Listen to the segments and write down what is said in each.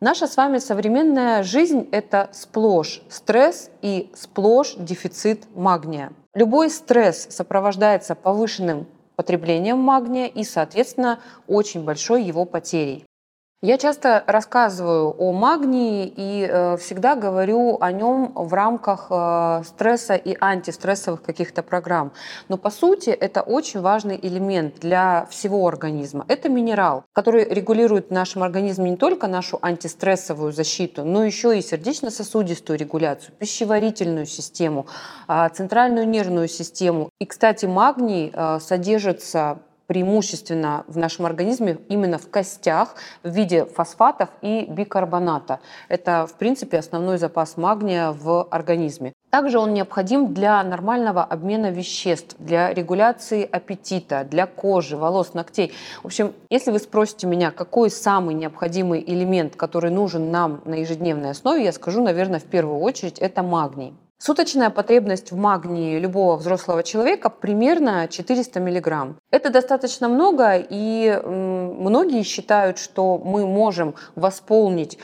Наша с вами современная жизнь – это сплошь стресс и сплошь дефицит магния. Любой стресс сопровождается повышенным потреблением магния и, соответственно, очень большой его потерей. Я часто рассказываю о магнии и всегда говорю о нем в рамках стресса и антистрессовых каких-то программ. Но по сути это очень важный элемент для всего организма. Это минерал, который регулирует в нашем организме не только нашу антистрессовую защиту, но еще и сердечно-сосудистую регуляцию, пищеварительную систему, центральную нервную систему. И, кстати, магний содержится преимущественно в нашем организме именно в костях в виде фосфатов и бикарбоната. Это, в принципе, основной запас магния в организме. Также он необходим для нормального обмена веществ, для регуляции аппетита, для кожи, волос, ногтей. В общем, если вы спросите меня, какой самый необходимый элемент, который нужен нам на ежедневной основе, я скажу, наверное, в первую очередь, это магний. Суточная потребность в магнии любого взрослого человека примерно 400 мг. Это достаточно много, и многие считают, что мы можем восполнить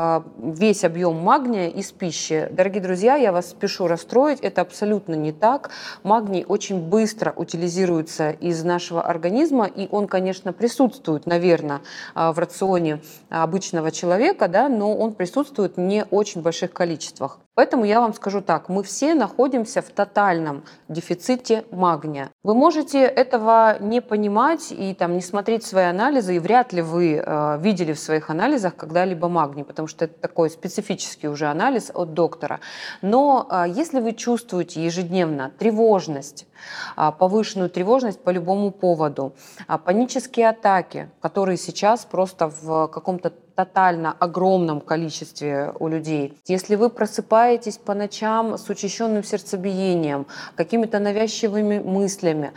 весь объем магния из пищи. Дорогие друзья, я вас спешу расстроить, это абсолютно не так. Магний очень быстро утилизируется из нашего организма, и он, конечно, присутствует, наверное, в рационе обычного человека, да, но он присутствует в не очень больших количествах. Поэтому я вам скажу так, мы все находимся в тотальном дефиците магния. Вы можете этого не понимать и не смотреть свои анализы, и вряд ли вы видели в своих анализах когда-либо магний, потому что это такой специфический уже анализ от доктора. Но если вы чувствуете ежедневно тревожность, повышенную тревожность по любому поводу, панические атаки, которые сейчас просто в каком-то тотально огромном количестве у людей. Если вы просыпаетесь по ночам с учащенным сердцебиением, какими-то навязчивыми мыслями,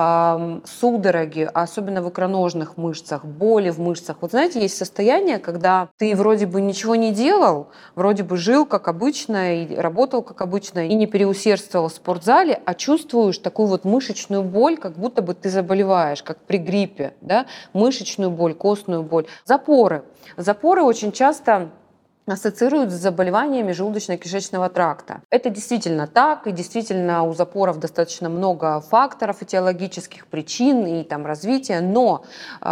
судороги, особенно в икроножных мышцах, боли в мышцах. Вот знаете, есть состояние, когда ты вроде бы ничего не делал, вроде бы жил как обычно и работал как обычно, и не переусердствовал в спортзале, а чувствуешь такую вот мышечную боль, как будто бы ты заболеваешь, как при гриппе, да? Мышечную боль, костную боль. Запоры. Запоры очень часто ассоциируют с заболеваниями желудочно-кишечного тракта. Это действительно так, и действительно у запоров достаточно много факторов этиологических, причин и развития, но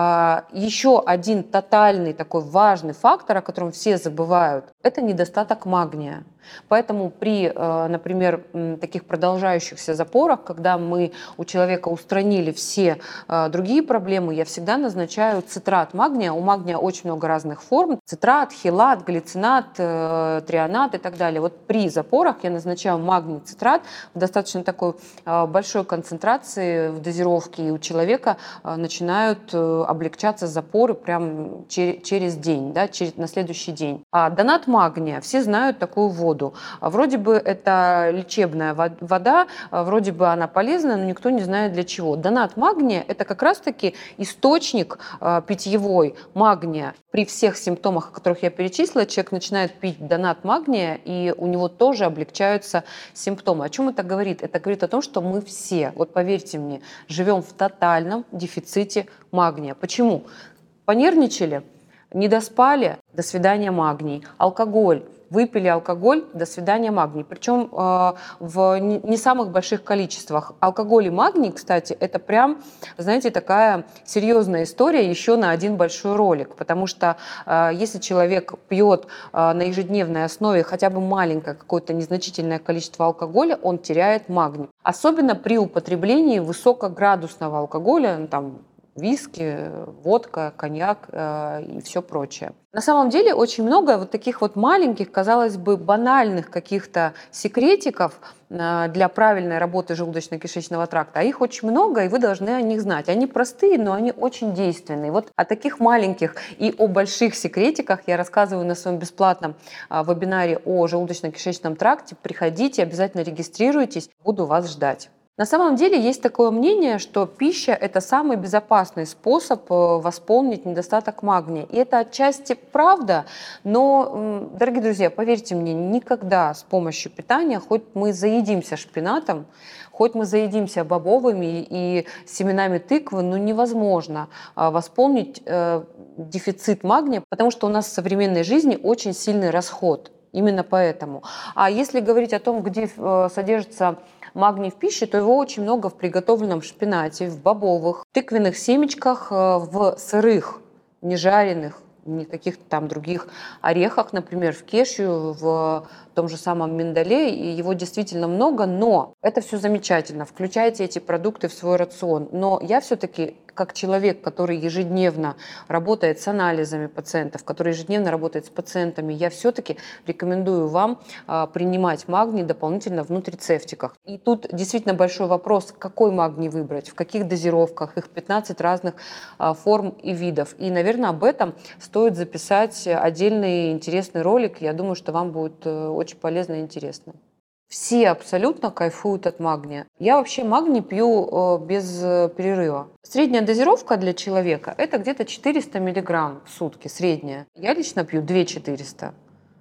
еще один тотальный такой важный фактор, о котором все забывают, это недостаток магния. Поэтому при, например, таких продолжающихся запорах, когда мы у человека устранили все другие проблемы, я всегда назначаю цитрат магния. У магния очень много разных форм. Цитрат, хелат, глицинат, трионат и так далее. Вот при запорах я назначаю магний-цитрат в достаточно такой большой концентрации в дозировке, и у человека начинают облегчаться запоры прямо через день, да, на следующий день. А донат магния, все знают такую воду. Вроде бы это лечебная вода, вроде бы она полезна, но никто не знает для чего. Донат магния – это как раз-таки источник питьевой магния. При всех симптомах, о которых я перечислила, человек начинает пить донат магния, и у него тоже облегчаются симптомы. О чем это говорит? Это говорит о том, что мы все, вот поверьте мне, живем в тотальном дефиците магния. Почему? Понервничали? Не доспали? До свидания, магний. Алкоголь. Выпили алкоголь, до свидания, магний. Причем в не самых больших количествах. Алкоголь и магний, кстати, это прям, знаете, такая серьезная история еще на один большой ролик. Потому что если человек пьет на ежедневной основе хотя бы маленькое какое-то незначительное количество алкоголя, он теряет магний. Особенно при употреблении высокоградусного алкоголя, виски, водка, коньяк и все прочее. На самом деле очень много вот таких вот маленьких, казалось бы, банальных каких-то секретиков для правильной работы желудочно-кишечного тракта. А их очень много, и вы должны о них знать. Они простые, но они очень действенные. Вот о таких маленьких и о больших секретиках я рассказываю на своем бесплатном вебинаре о желудочно-кишечном тракте. Приходите, обязательно регистрируйтесь, буду вас ждать. На самом деле есть такое мнение, что пища – это самый безопасный способ восполнить недостаток магния. И это отчасти правда, но, дорогие друзья, поверьте мне, никогда с помощью питания, хоть мы заедимся шпинатом, хоть мы заедимся бобовыми и семенами тыквы, но невозможно восполнить дефицит магния, потому что у нас в современной жизни очень сильный расход. Именно поэтому. А если говорить о том, где содержится магний в пище, то его очень много в приготовленном шпинате, в бобовых, тыквенных семечках, в сырых, не жареных, ни каких-то там других орехах, например, в кешью, в том же самом миндале, и его действительно много, но это все замечательно, включайте эти продукты в свой рацион. Но я все-таки, как человек, который ежедневно работает с анализами пациентов, который ежедневно работает с пациентами, я все-таки рекомендую вам принимать магний дополнительно в нутрицептиках. И тут действительно большой вопрос, какой магний выбрать, в каких дозировках, их 15 разных форм и видов. И, наверное, об этом стоит записать отдельный интересный ролик. Я думаю, что вам будет очень полезно и интересно. Все абсолютно кайфуют от магния. Я вообще магний пью без перерыва. Средняя дозировка для человека – это где-то 400 мг в сутки, средняя. Я лично пью 2400.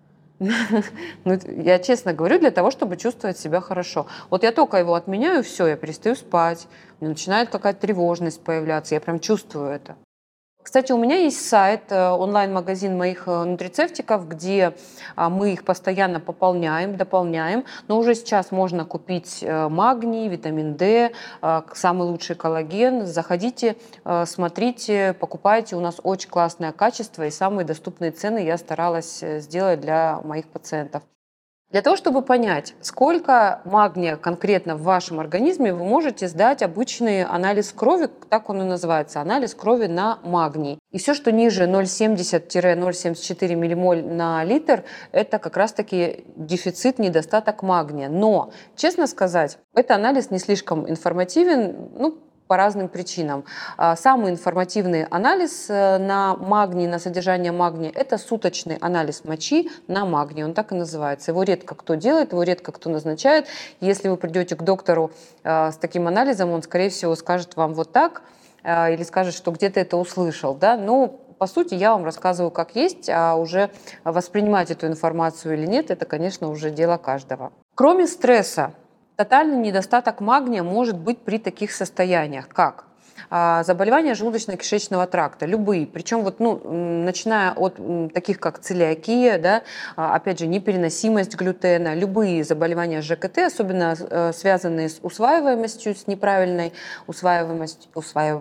Я честно говорю, для того, чтобы чувствовать себя хорошо. Вот я только его отменяю, все, я перестаю спать, у меня начинает какая-то тревожность появляться, я прям чувствую это. Кстати, у меня есть сайт, онлайн-магазин моих нутрицептиков, где мы их постоянно пополняем, дополняем. Но уже сейчас можно купить магний, витамин D, самый лучший коллаген. Заходите, смотрите, покупайте. У нас очень классное качество и самые доступные цены я старалась сделать для моих пациентов. Для того, чтобы понять, сколько магния конкретно в вашем организме, вы можете сдать обычный анализ крови, так он и называется, анализ крови на магний. И все, что ниже 0,70-0,74 миллимоль на литр, это как раз-таки дефицит, недостаток магния. Но, честно сказать, этот анализ не слишком информативен, по разным причинам. Самый информативный анализ на магний, на содержание магния – это суточный анализ мочи на магний. Он так и называется. Его редко кто делает, его редко кто назначает. Если вы придете к доктору с таким анализом, он, скорее всего, скажет вам вот так или скажет, что где-то это услышал. Да? Но по сути, я вам рассказываю, как есть, а уже воспринимать эту информацию или нет – это, конечно, уже дело каждого. Кроме стресса, тотальный недостаток магния может быть при таких состояниях, как заболевания желудочно-кишечного тракта, любые, причем начиная от таких, как целиакия, да, опять же, непереносимость глютена, любые заболевания ЖКТ, особенно связанные с усваиваемостью, с неправильной усваиваемостью.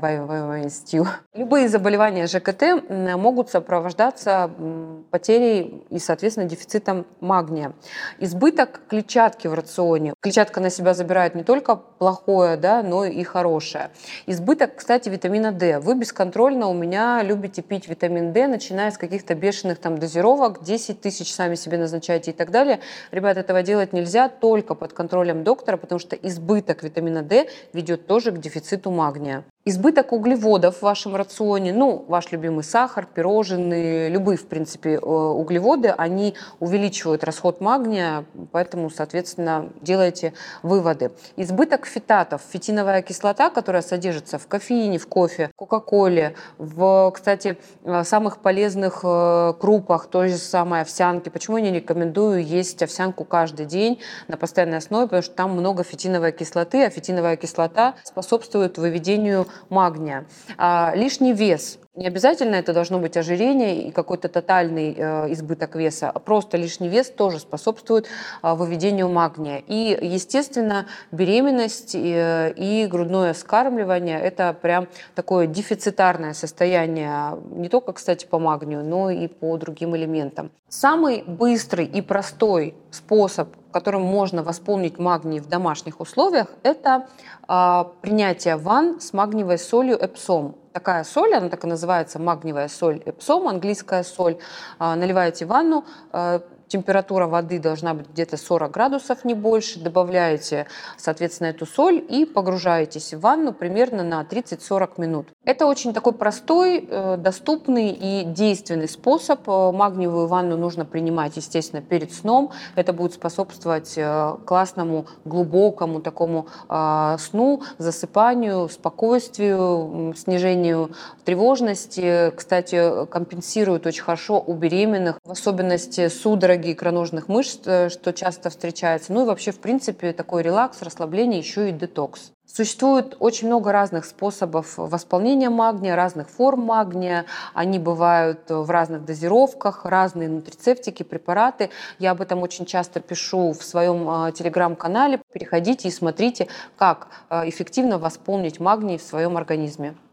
Любые заболевания ЖКТ могут сопровождаться потерей и, соответственно, дефицитом магния. Избыток клетчатки в рационе. Клетчатка на себя забирает не только плохое, да, но и хорошее. Избыток, кстати, витамина D. Вы бесконтрольно у меня любите пить витамин D, начиная с каких-то бешеных там дозировок, 10 тысяч сами себе назначаете и так далее. Ребят, этого делать нельзя, только под контролем доктора, потому что избыток витамина D ведет тоже к дефициту магния. Избыток углеводов в вашем рационе, ваш любимый сахар, пирожные, любые, в принципе, углеводы, они увеличивают расход магния, поэтому, соответственно, делайте выводы. Избыток фитатов, фитиновая кислота, которая содержится в кофеине, в кофе, в кока-коле, в, кстати, самых полезных крупах, той же самой овсянки. Почему я не рекомендую есть овсянку каждый день на постоянной основе, потому что там много фитиновой кислоты, а фитиновая кислота способствует выведению магния. Лишний вес. Не обязательно это должно быть ожирение и какой-то тотальный избыток веса, а просто лишний вес тоже способствует выведению магния. И, естественно, беременность и грудное вскармливание – это прям такое дефицитарное состояние, не только, кстати, по магнию, но и по другим элементам. Самый быстрый и простой способ, которым можно восполнить магний в домашних условиях, это принятие ванн с магниевой солью Эпсом. Такая соль, она так и называется, магниевая соль Эпсом, английская соль. Наливаете ванну, температура воды должна быть где-то 40 градусов, не больше. Добавляете, соответственно, эту соль и погружаетесь в ванну примерно на 30-40 минут. Это очень такой простой, доступный и действенный способ. Магниевую ванну нужно принимать, естественно, перед сном. Это будет способствовать классному, глубокому такому сну, засыпанию, спокойствию, снижению тревожности. Кстати, компенсирует очень хорошо у беременных, в особенности судороги икроножных мышц, что часто встречается. Ну и вообще, в принципе, такой релакс, расслабление, еще и детокс. Существует очень много разных способов восполнения магния, разных форм магния. Они бывают в разных дозировках, разные нутрицептики, препараты. Я об этом очень часто пишу в своем телеграм-канале. Переходите и смотрите, как эффективно восполнить магний в своем организме.